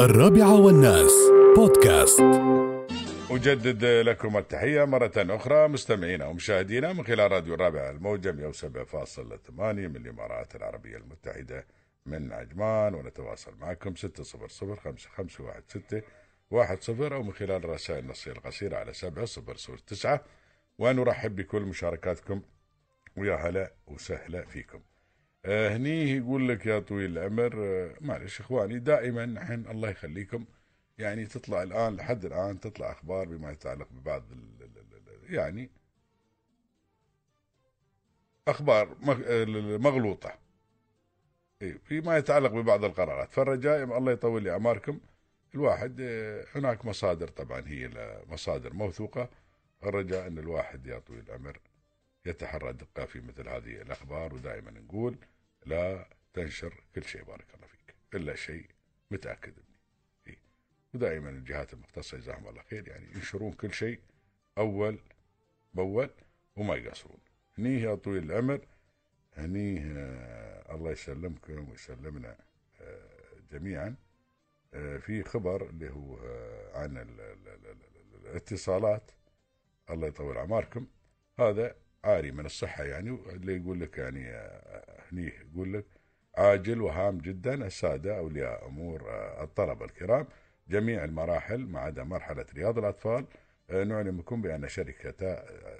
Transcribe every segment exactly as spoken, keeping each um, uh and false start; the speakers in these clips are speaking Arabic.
الرابعة والناس بودكاست. أجدد لكم التحية مرة أخرى مستمعينا ومشاهدينا من خلال راديو الرابعة الموجة مئة وسبعة فاصلة ثمانية من الإمارات العربية المتحدة من عجمان، ونتواصل معكم ستة صفر صفر خمسة خمسة واحد ستة واحد صفر أو من خلال الرسائل النصية القصيرة على سبعة صفر صفر تسعة. ونرحب بكل مشاركاتكم ويا هلا وسهلا فيكم. آه هني يقول لك يا طويل العمر، آه معلش إخواني، دائما نحن الله يخليكم يعني تطلع الآن لحد الآن تطلع أخبار بما يتعلق ببعض ال ال يعني أخبار مغلوطة فيما يتعلق ببعض القرارات، فالرجاء الله يطول لي أعماركم. الواحد هناك مصادر طبعا هي مصادر موثوقة، الرجاء أن الواحد يا طويل العمر يتحرى دقة في مثل هذه الأخبار، ودائما نقول لا تنشر كل شيء بارك الله فيك إلا شيء متأكد منه. ودائما الجهات المختصة جزاهم الله خير يعني ينشرون كل شيء أول بأول وما يقصرون. هني يا طويل العمر هني آه الله يسلمكم ويسلمنا آه جميعا. آه في خبر اللي هو آه عن ال ال ال ال الاتصالات، الله يطول عماركم، هذا عاري من الصحة يعني، اللي يقول لك يعني آه هني يقول لك عاجل وهام جدا السادة أولياء أمور آه الطلبة الكرام جميع المراحل ما عدا مرحلة رياض الأطفال، نعلمكم بأن شركة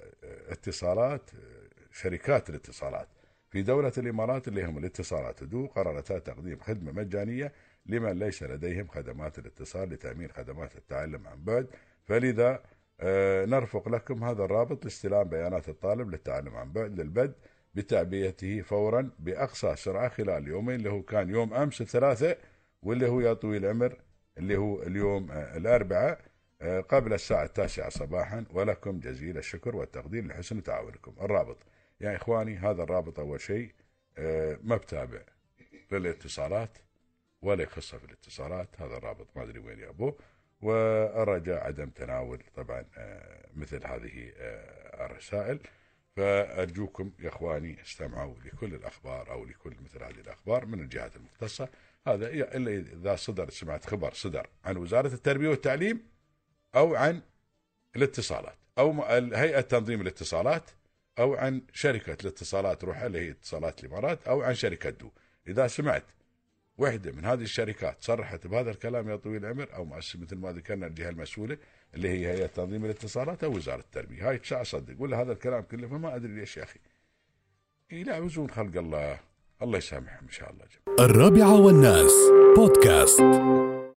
اتصالات شركات الاتصالات في دولة الإمارات اللي هم الاتصالات تدو قررت تقديم خدمة مجانية لمن ليس لديهم خدمات الاتصال لتأمين خدمات التعلم عن بعد، فلذا نرفق لكم هذا الرابط لاستلام بيانات الطالب للتعلم عن بعد للبدء بتعبئته فورا بأقصى سرعة خلال يومين، اللي هو كان يوم أمس الثلاثاء واللي هو يا طويل العمر اللي هو اليوم الأربعاء قبل الساعة التاسعة صباحا، ولكم جزيل الشكر والتقدير لحسن تعاونكم. الرابط يا إخواني، هذا الرابط أول شيء ما بتابع للاتصالات ولا يخص في الاتصالات، هذا الرابط ما أدري وين يابوه، والرجاء عدم تناول طبعا مثل هذه الرسائل. فأرجوكم يا إخواني استمعوا لكل الأخبار أو لكل مثل هذه الأخبار من الجهات المختصة، هذا إلا إذا صدر سمعت خبر صدر عن وزارة التربية والتعليم أو عن الاتصالات أو هيئة تنظيم الاتصالات أو عن شركة الاتصالات روح اللي هي اتصالات الإمارات أو عن شركة دو. إذا سمعت واحدة من هذه الشركات صرحت بهذا الكلام يا طويل العمر أو مؤسسة مثل ما ذكرنا الجهة المسؤولة اللي هي هيئة تنظيم الاتصالات أو وزارة التربية، هاي تشاء أصدق ولا هذا الكلام كله، فما أدري ليش يا أخي يلعبون خلق الله، الله يسامحهم إن شاء الله جميعا. الرابعة والناس بودكاست.